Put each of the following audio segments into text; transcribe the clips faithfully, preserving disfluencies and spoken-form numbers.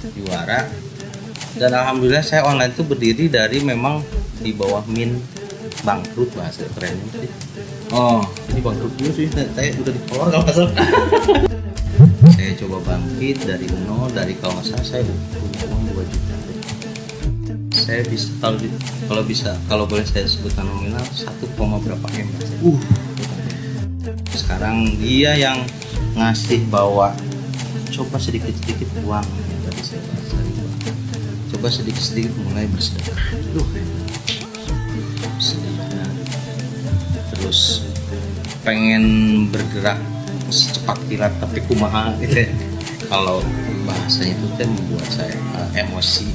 juara. Dan alhamdulillah saya online itu berdiri dari memang di bawah min bangkrut, bahasa kerennya sih. Oh, ini bangkrut dulu sih, saya udah di kolor kalau nggak salah. Saya coba bangkit dari nol, dari kalau nggak salah saya punya uang dua juta. Saya bisa kalau kalau bisa kalau boleh saya sebutkan nominal satu koma berapa m. Uh. Sekarang dia yang ngasih bawa coba sedikit-sedikit uang ya, dari saya coba sedikit-sedikit mulai bersedekah. Duh, sedekah. Terus pengen bergerak secepat kilat tapi kumaha gitu. Kalau bahasanya itu kan membuat saya uh, emosi.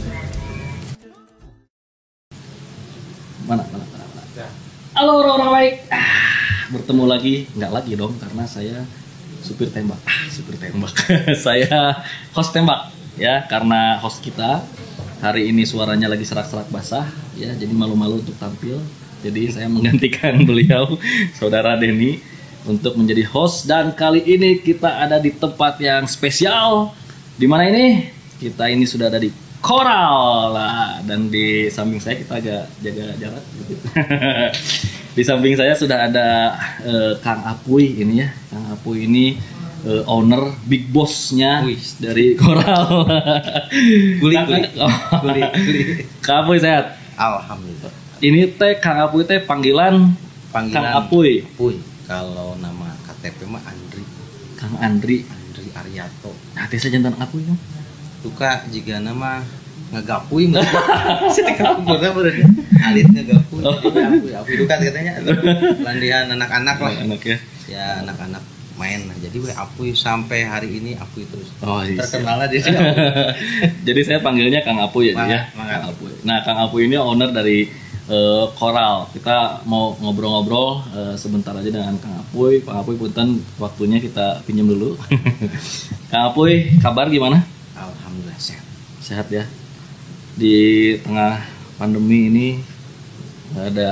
Mana mana mana. mana. Halo orang-orang baik. Ah, bertemu lagi, nggak lagi dong karena saya supir tembak. Ah, supir tembak. Saya host tembak ya, karena host kita hari ini suaranya lagi serak-serak basah ya, jadi malu-malu untuk tampil. Jadi saya menggantikan beliau, Saudara Denny, untuk menjadi host. Dan kali ini kita ada di tempat yang spesial. Di mana ini? Kita ini sudah ada di Coral lah, dan di samping saya kita agak jaga jarak gitu. Di samping saya sudah ada uh, Kang Apuy ini ya. Kang Apuy ini uh, owner, big bossnya dari Coral. Guli, guli, guli, guli. Kang Apuy sehat? Alhamdulillah. Ini teh Kang Apuy teh panggilan, panggilan Kang Apuy. Apuy. Kalau nama K T P mah Andri. Kang Andri. Andri Aryato. Nah, teh saya jantan Apuy kan? Duka jika nama ngagapuy mah. Saya kampungna berarti. Alit ngagapuy. Apuy, apuy duka katanya. Landian anak-anak lah. Anak ya. Ya anak-anak main lah. Jadi we Apuy sampai hari ini Apuy terus. Oh, iya. Terkenal lah dia. Jadi saya panggilnya Kang Apuy ya, Mang, ya. Mang. Kang Apuy. Nah, Kang Apuy ini owner dari uh, Coral. Kita mau ngobrol-ngobrol uh, sebentar aja dengan Kang Apuy. Kang Apuy punten waktunya kita pinjam dulu. Kang Apuy, kabar gimana? Alhamdulillah sehat. Sehat ya. Di tengah pandemi ini nggak ada.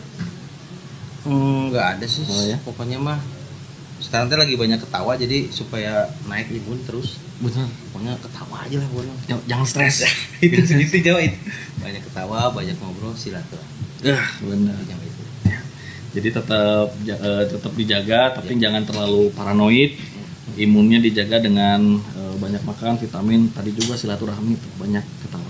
Hmm, nggak ada sih. Oh, ya? Pokoknya mah sekarang tuh lagi banyak ketawa, jadi supaya naik imun terus. Betul. Pokoknya ketawa aja lah pokoknya. Jangan stres. Itu segitu jauh itu. Banyak ketawa, banyak ngobrol, silaturahmi. Ah, benar. Itu. Jadi tetap uh, tetap dijaga, tapi ya, jangan terlalu paranoid. Imunnya dijaga dengan uh, banyak makan, vitamin, tadi juga silaturahmi, banyak ketawa.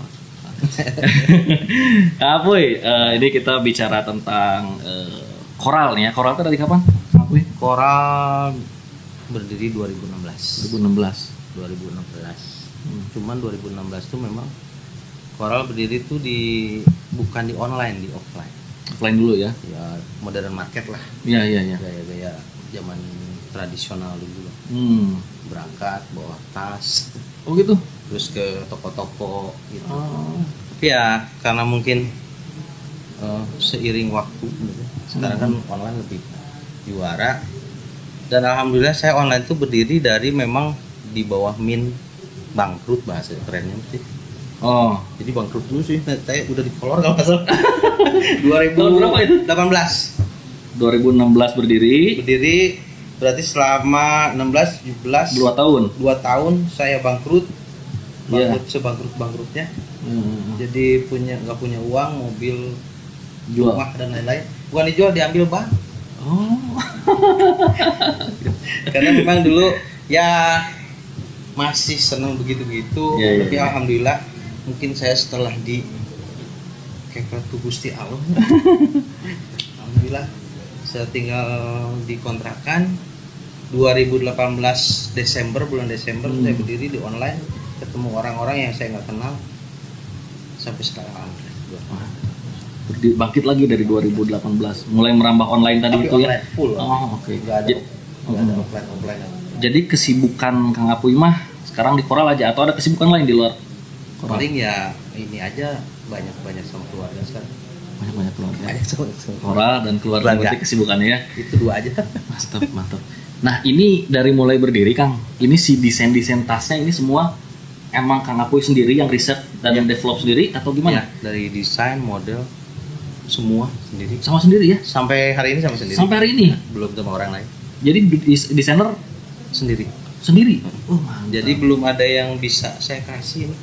Apuy, uh, ini kita bicara tentang uh, Coral nih ya. Coral itu dari kapan? Apuy? Coral berdiri dua ribu enam belas. dua ribu enam belas. dua ribu enam belas. Hmm. Cuman dua ribu enam belas tuh memang Coral berdiri tuh di bukan di online, di offline. Offline dulu ya. Ya modern market lah. Iya iya iya. Gaya-gaya zaman tradisional dulu lah. Hmm. Berangkat bawa tas. Oh gitu. Terus ke toko-toko gitu. Oh. Tapi ya karena mungkin uh, seiring waktu gitu. Sekarang kan online lebih juara. Dan alhamdulillah saya online itu berdiri dari memang di bawah min bangkrut, bahasa kerennya sih. Oh, jadi bangkrut dulu sih. Saya udah di kolor kalau nggak salah. dua ribu delapan belas. dua ribu enam belas berdiri. Berdiri berarti selama enam belas tujuh belas dua tahun. dua tahun saya bangkrut. Bangkrut yeah. sebangkrut-bangkrutnya. Hmm. Jadi punya nggak punya uang, mobil, jual, rumah dan lain-lain. Bukan dijual, diambil bank. Oh. Karena memang dulu ya masih senang begitu-begitu. Yeah, yeah, tapi yeah. alhamdulillah mungkin saya setelah di Kekratu Gusti Allah. Alhamdulillah saya tinggal di kontrakan. Dua ribu delapan belas Desember, bulan Desember hmm. saya berdiri di online, ketemu orang-orang yang saya nggak kenal sampai sekarang. Alhamdulillah. Bangkit lagi dari dua ribu delapan belas, mulai merambah online tadi. Tapi itu online, ya full. Oh oke. Okay. Nggak ada, nggak ada offline offline. Jadi kesibukan Kang Apuy mah sekarang di Coral aja atau ada kesibukan lain di luar Coral? Paling ya ini aja, banyak-banyak sama keluarga sekarang. Banyak-banyak keluarga. Banyak sama Coral dan keluarga, berarti kesibukannya ya. Itu dua aja. Mantap, mantap. Nah ini dari mulai berdiri Kang, ini si desain-desain tasnya ini semua emang Kang Apuy sendiri yang riset dan ya. yang develop sendiri atau gimana? Ya, dari desain, model, semua sendiri. Sama sendiri ya? Sampai hari ini sama sendiri. Sampai hari ini? Belum sama orang lain. Jadi desainer sendiri. Sendiri? Oh, jadi belum ada yang bisa saya kasih.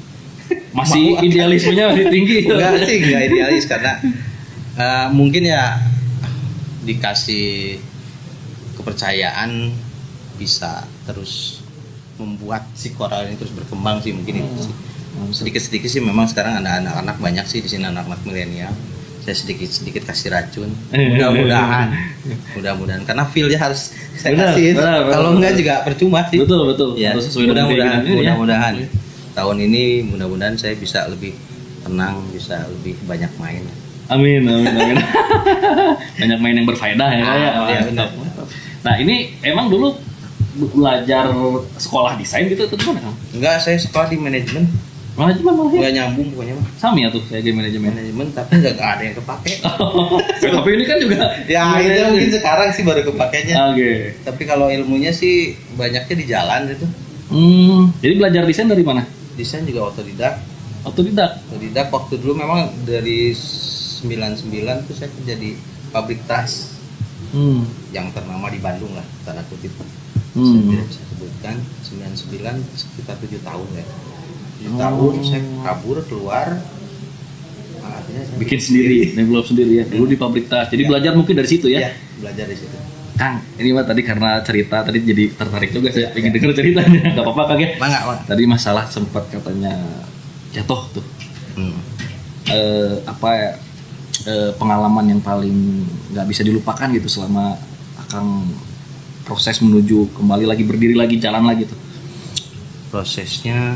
Masih Mau- idealismenya masih tinggi. Enggak sih, enggak idealis karena eh, mungkin ya dikasih kepercayaan bisa terus membuat si koral ini terus berkembang sih mungkin itu sih. Sedikit-sedikit sih memang sekarang ada anak-anak banyak sih di sini anak-anak milenial. Saya sedikit-sedikit kasih racun. Mudah-mudahan, mudah-mudahan karena feel-nya harus saya Benar, kasih. benar, benar, Kalau benar. enggak juga percuma sih. Betul betul. Ya, Harus sesuai dengan mudah-mudahan, keinginan ini ya. mudah-mudahan tahun ini mudah-mudahan saya bisa lebih tenang, bisa lebih banyak main. Amin, amin, amin. Banyak main yang berfaedah ya, Ah, ya. iya, benar. Nah ini emang dulu belajar sekolah desain gitu atau gimana Kang? Enggak, saya sekolah di manajemen. Manajemen malah ya? Enggak nyambung pokoknya mah. Sami ya tuh saya game manajemen. Manajemen tapi enggak ada yang kepake. Tapi ini kan juga. Ya itu mungkin sekarang sih baru kepakainya. Oke. Tapi kalau ilmunya sih banyaknya di jalan itu. Hmm, jadi belajar desain dari mana? Desain juga otodidak. Otodidak. Otodidak waktu dulu memang dari sembilan puluh sembilan tuh saya kerja di pabrik tas Hmm. yang ternama di Bandung lah, tanda kutip. Saya Hmm. tidak bisa sebutkan. sembilan puluh sembilan sekitar tujuh tahun ya. tujuh Oh. tahun saya kabur keluar. Nah, akhirnya saya Bikin sendiri, develop sendiri ya. Dulu di pabrik tas. Jadi Ya. belajar mungkin dari situ ya. Ya, belajar di situ. Kang, ini mah tadi karena cerita tadi jadi tertarik juga saya Ya, ingin ya. denger ceritanya. Gak apa-apa Kang ya. Mangga, mangga. Tadi masalah sempat katanya jatuh tuh. Hmm. Eh, apa ya, eh, pengalaman yang paling nggak bisa dilupakan gitu selama akan proses menuju kembali lagi berdiri lagi jalan lagi tuh. Prosesnya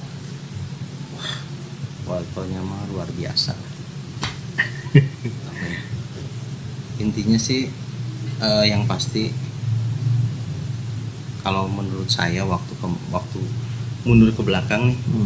wah, waktunya mah luar biasa. Intinya sih eh, yang pasti kalau menurut saya waktu ke, waktu mundur ke belakang nih Hmm.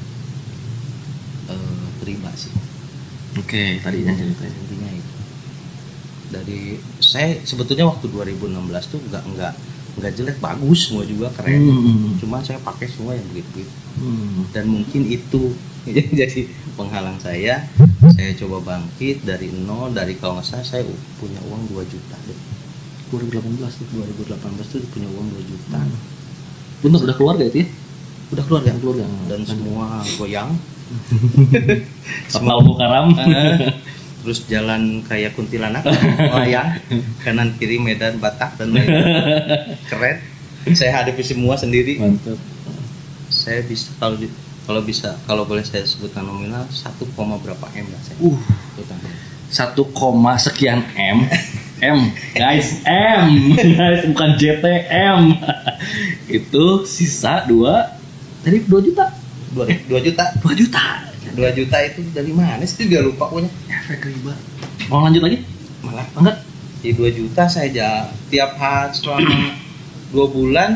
eh, terima sih. Oke, tadinya ceritanya. Intinya itu dari saya sebetulnya waktu dua ribu enam belas tuh nggak nggak nggak jelek, bagus semua juga keren. Hmm. Cuma saya pakai semua yang begitu begitu Hmm. dan mungkin itu yang jadi penghalang saya. Saya coba bangkit dari nol, dari kalau nggak salah saya punya uang dua juta deh. dua ribu delapan belas tuh. dua ribu delapan belas tuh punya uang dua juta. Bener udah keluarga itu ya? Udah keluar ya? Keluarga. Dan semua goyang. Kapal Mukaram. Eh, terus jalan kayak kuntilanak, melayang kanan kiri Medan, Batak dan lain. Keren. Saya hadapi semua sendiri. Mantap. Saya bisa kalau di- kalau bisa kalau boleh saya sebutkan nominal satu koma berapa M lah saya. Uh, Utang. satu koma sekian M. M, guys, M, guys, bukan J T M. Itu sisa dua, tadi dua juta, Dua, dua juta. dua juta. Dua juta itu dari mana sih? Juga lupa punya. Efek riba. Mau lanjut lagi? Malah Enggak? di dua juta saya jalan tiap hari selama dua bulan.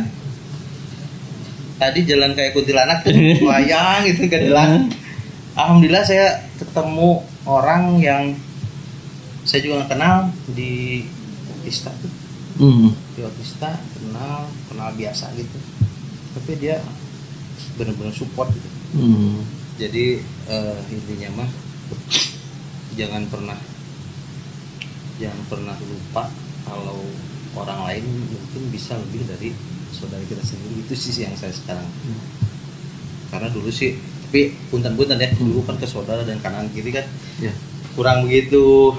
Tadi jalan kayak kuntilanak tuh, wayang gitu gak jalan. Alhamdulillah saya ketemu orang yang saya juga nggak kenal di Otista tuh. Hmm. Di Otista kenal, kenal biasa gitu. Tapi dia benar-benar support gitu. Hmm. Jadi eh, intinya mah jangan pernah jangan pernah lupa kalau orang lain mungkin bisa lebih dari saudara kita sendiri. Itu sih yang saya sekarang. Karena dulu sih, tapi punten-punten ya, dulu kan ke saudara dan kanan kiri kan Ya. kurang begitu.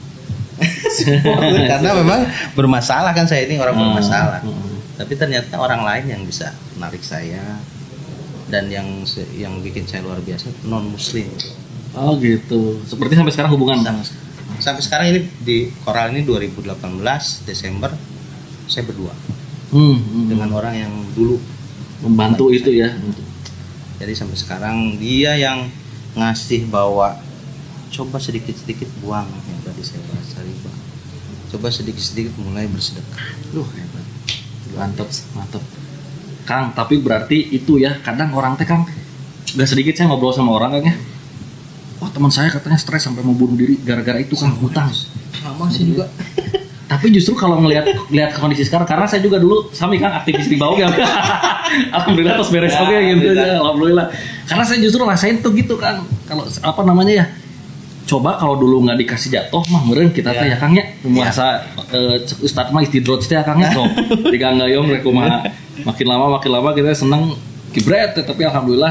Karena memang bermasalah kan, saya ini orang bermasalah. Hmm. Tapi ternyata orang lain yang bisa menarik saya, dan yang se- yang bikin saya luar biasa non muslim. Oh gitu. Seperti sampai sekarang hubungan. Sampai, sampai sekarang ini di Koral ini dua ribu delapan belas Desember saya berdua Hmm, hmm. dengan orang yang dulu. Membantu itu ya. Jadi sampai sekarang dia yang ngasih bawa, coba sedikit-sedikit buang yang tadi saya bahas riba. Coba sedikit-sedikit mulai bersedekah. Duh hebat. Mantep, mantep. Kang, tapi berarti itu ya, kadang orang teh Kang, gak sedikit saya ngobrol sama orang Kang ya. Wah teman saya katanya stres sampai mau bunuh diri gara-gara itu Kang, hutang. Sama sih juga. Tapi justru kalau ngelihat lihat kondisi sekarang, karena saya juga dulu sami Kang aktivis di bawah ya. Alhamdulillah terus beres Ya, oke gitu alhamdulillah. ya, alhamdulillah. Karena saya justru rasain tuh gitu Kang. Kalau apa namanya ya? Coba kalau dulu nggak dikasih jatuh mah meureun kita teh Ya. ya Kang ya. Puasa eh, ustad mah istidroj teh ya Kang ya. So, digangayong rek kumaha. Makin lama makin lama kita seneng kibret, tapi alhamdulillah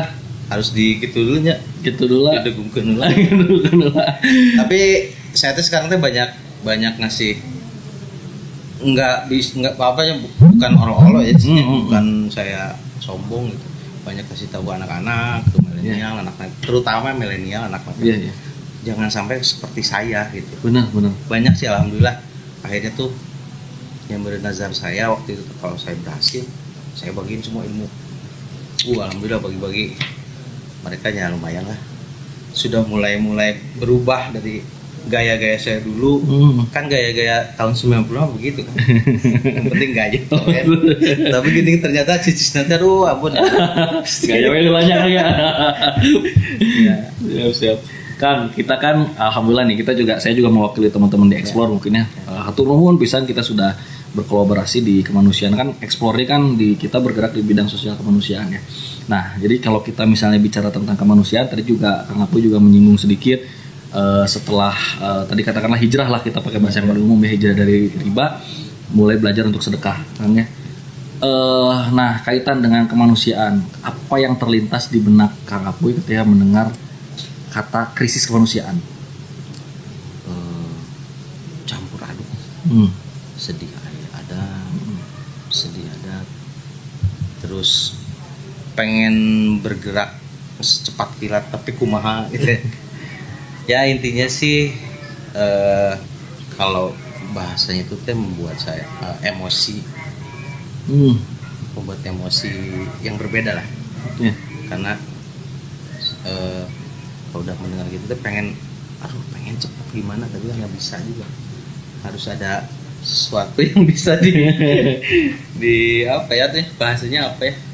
harus di gitu dulunya gitu dulu lah. Didegungkeun dulu. Tapi saya tuh sekarang tuh banyak banyak ngasih nggak bis nggak apa ya, bukan olo-olo ya, mm-hmm. bukan saya sombong gitu. Banyak kasih tahu anak-anak, ke milenial, yeah. anak-anak terutama milenial anak-anak. Yeah, yeah. Jangan sampai seperti saya gitu. Benar, benar. Banyak sih alhamdulillah. Akhirnya tuh yang bernazar saya waktu itu kalau saya berhasil, saya bagiin semua ilmu. Uh, alhamdulillah bagi-bagi. Mereka ya lumayan lah. Sudah mulai-mulai berubah dari gaya-gaya saya dulu, hmm. kan gaya-gaya tahun sembilan puluhan begitu kan. Yang penting gaya kan. Tapi gini ternyata cicis nanti aduh ampun. Gaya yang banyak ya. Ya, siap siap. Kang, kita kan alhamdulillah nih, kita juga saya juga mewakili teman-teman di Explore ya. Mungkin ya. Hatur nuhun pisan kita sudah berkolaborasi di kemanusiaan kan. Explore ini kan di kita bergerak di bidang sosial kemanusiaan ya. Nah, jadi kalau kita misalnya bicara tentang kemanusiaan, tadi juga Kang Apu juga menyinggung sedikit Uh, setelah uh, tadi katakanlah hijrah lah, kita pakai bahasa yang paling umum ya, hijrah dari riba, mulai belajar untuk sedekah kan ya. Uh, nah, kaitan dengan kemanusiaan, apa yang terlintas di benak Kang Apuy ketika mendengar kata krisis kemanusiaan? Uh, campur aduk, hmm. sedih ada, hmm. sedih ada, terus pengen bergerak secepat kilat tapi kumaha gitu. Ya intinya sih uh, kalau bahasanya itu teh membuat saya uh, emosi, hmm. membuat emosi yang berbeda lah, yeah. Karena uh, kalau udah mendengar gitu teh pengen, aduh pengen cepat gimana tapi nggak bisa juga, harus ada sesuatu yang bisa di di apa ya tuh bahasanya apa ya,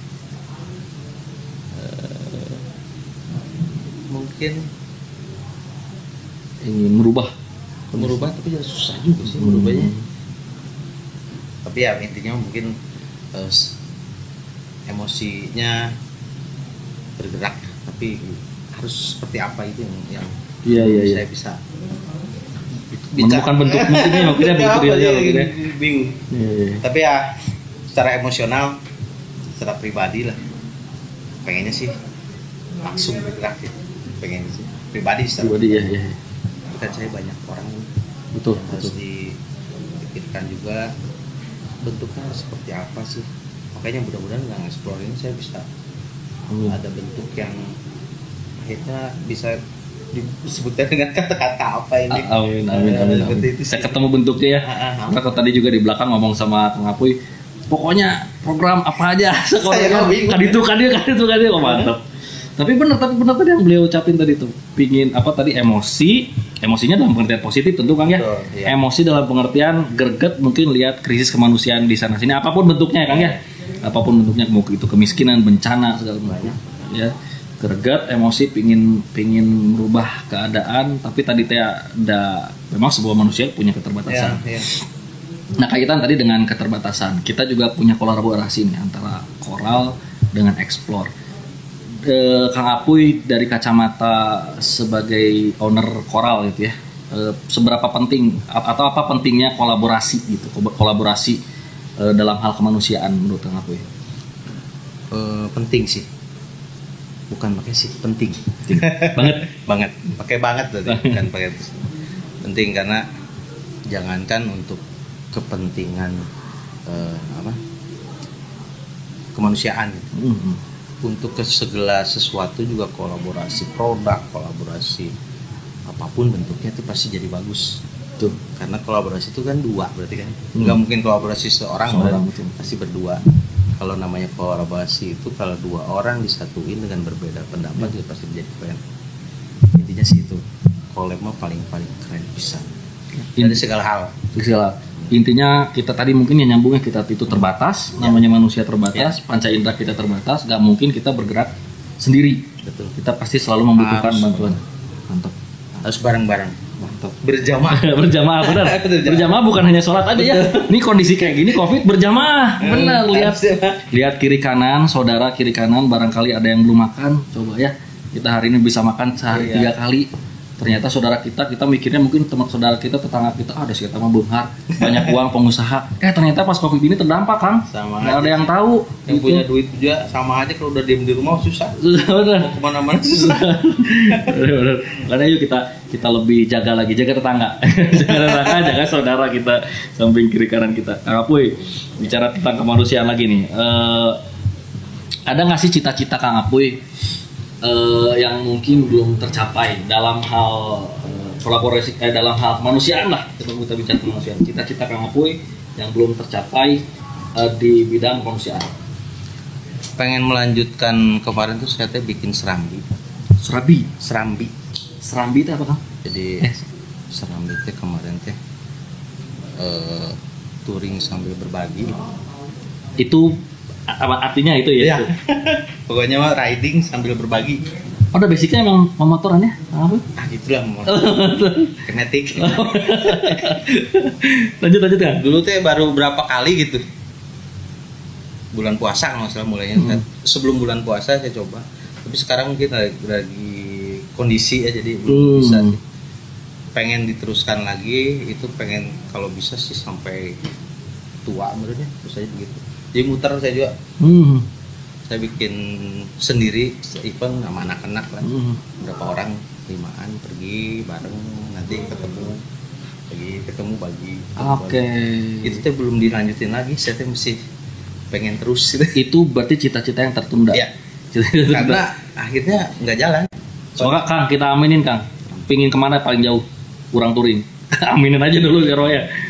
uh, mungkin ingin merubah merubah tapi ya susah juga sih merubahnya. Hmm. Tapi ya intinya mungkin uh, emosinya bergerak, tapi harus seperti apa itu yang yang iya, iya, saya iya. bisa menemukan bentuk mungkinnya mungkinnya bentuk realnya mungkinnya bingung. Iya, iya. Tapi ya secara emosional, secara pribadi lah pengennya sih langsung bergerak ya, pengen sih pribadi secara pribadi ya, ya. Kan saya banyak orang betul, yang betul. harus dipikirkan juga bentuknya seperti apa sih, makanya mudah-mudahan nggak nge-explore ini saya bisa hmm. ada bentuk yang akhirnya bisa disebutkan dengan kata-kata apa ini. Amin, amin, amin, amin. Saya ketemu bentuknya ya. Karena tadi juga di belakang ngomong sama Kang Apuy, pokoknya program apa aja sekolahnya kaditu kaditu kaditu kaditu oh, mantap. Tapi benar, tapi benar tadi yang beliau ucapin tadi tuh, pingin apa tadi emosi, emosinya dalam pengertian positif tentu Kang ya. Betul, iya. Emosi dalam pengertian greget mungkin lihat krisis kemanusiaan di sana sini apapun bentuknya ya Kang ya. Apapun bentuknya, mau itu kemiskinan, bencana segala macam ya. Greget, emosi, pingin pingin merubah keadaan, tapi tadi teh ada memang sebuah manusia punya keterbatasan. Ya, ya. Nah, kaitan tadi dengan keterbatasan, kita juga punya kolaborasi nih antara Coral dengan Explore. Eh, Kang Apuy dari kacamata sebagai owner Coral gitu ya, eh, seberapa penting atau apa pentingnya kolaborasi gitu, kolaborasi eh, dalam hal kemanusiaan menurut Kang Apuy? Eh, penting sih, bukan pakai sih, penting, penting. banget, banget, pakai banget berarti, bukan pakai penting karena jangankan untuk kepentingan eh, apa kemanusiaan. Mm-hmm. Untuk ke segala sesuatu juga kolaborasi produk, kolaborasi apapun bentuknya itu pasti jadi bagus tuh, karena kolaborasi itu kan dua berarti kan, hmm. nggak mungkin kolaborasi seorang, seorang pasti berdua. Kalau namanya kolaborasi itu kalau dua orang disatuin dengan berbeda pendapat hmm. juga pasti menjadi keren. Intinya sih itu, collab mah paling paling keren bisa dari segala hal. Segala. Intinya kita tadi mungkin yang nyambungnya kita itu terbatas, ya. Namanya manusia terbatas, ya. Panca indera kita terbatas, gak mungkin kita bergerak sendiri. Betul. Kita pasti selalu membutuhkan harus bantuan. Mantap. Harus bareng-bareng. Mantap. Berjamaah. Berjamaah benar. Berjamaah bukan hanya sholat aja ya. Ini kondisi kayak gini Covid berjamaah. Benar, lihat lihat kiri kanan, saudara kiri kanan barangkali ada yang belum makan. Coba ya. Kita hari ini bisa makan sehari oh, iya. tiga kali. ternyata saudara kita, kita mikirnya mungkin teman saudara kita, tetangga kita, ah, ada sih kita mah benghar, banyak uang, pengusaha. Eh ternyata pas Covid ini terdampak, Kang. Sama Nggak aja. ada yang tahu. Yang gitu. punya duit juga sama aja, kalau udah diem di rumah susah. Susah bener. Mau kemana-mana susah. Bener-bener. Karena yuk kita kita lebih jaga lagi, jaga tetangga, jaga tetangga, jaga saudara kita, samping kiri kanan kita. Kang Apuy, bicara tentang kemanusiaan lagi nih. Eh, ada nggak sih cita-cita Kang Apuy eh, yang mungkin belum tercapai dalam hal eh, kolaborasi, eh, dalam hal kemanusiaan lah, kita kita bicara kemanusiaan. Cita-cita Kang Apuy yang belum tercapai eh, di bidang kemanusiaan. Pengen melanjutkan kemarin tuh saya teh bikin serambi. Serabi, Serambi. serambi itu apa Kang? Jadi Eh. serambi teh kemarin teh eh, touring sambil berbagi. Itu apa artinya itu ya? Iya. Pokoknya mah riding sambil berbagi. Oh, udah basicnya emang pemotorannya apa? Ah gitulah mau. Kinetik. lanjut lanjut kan? Dulu teh baru berapa kali gitu. Bulan puasa nggak salah mulainya. Hmm. Sebelum bulan puasa saya coba. Tapi sekarang mungkin lagi, lagi kondisi ya, jadi belum Hmm. bisa sih. Pengen diteruskan lagi, itu pengen kalau bisa sih sampai tua menurutnya, terus aja begitu. Jadi muter saya juga, Hmm. saya bikin sendiri event sama anak-anak lah. Hmm. Berapa orang, limaan pergi bareng, nanti ketemu lagi, ketemu bagi. ketemu Oke. bagi. Itu teh belum dilanjutin lagi, saya teh masih pengen terus gitu. Itu berarti cita-cita yang tertunda. Ya, Cita-cita tertunda. karena akhirnya nggak jalan. Semoga Kang kita aminin Kang. Pingin kemana paling jauh? Kurang touring. Aminin aja dulu ya Roy ya.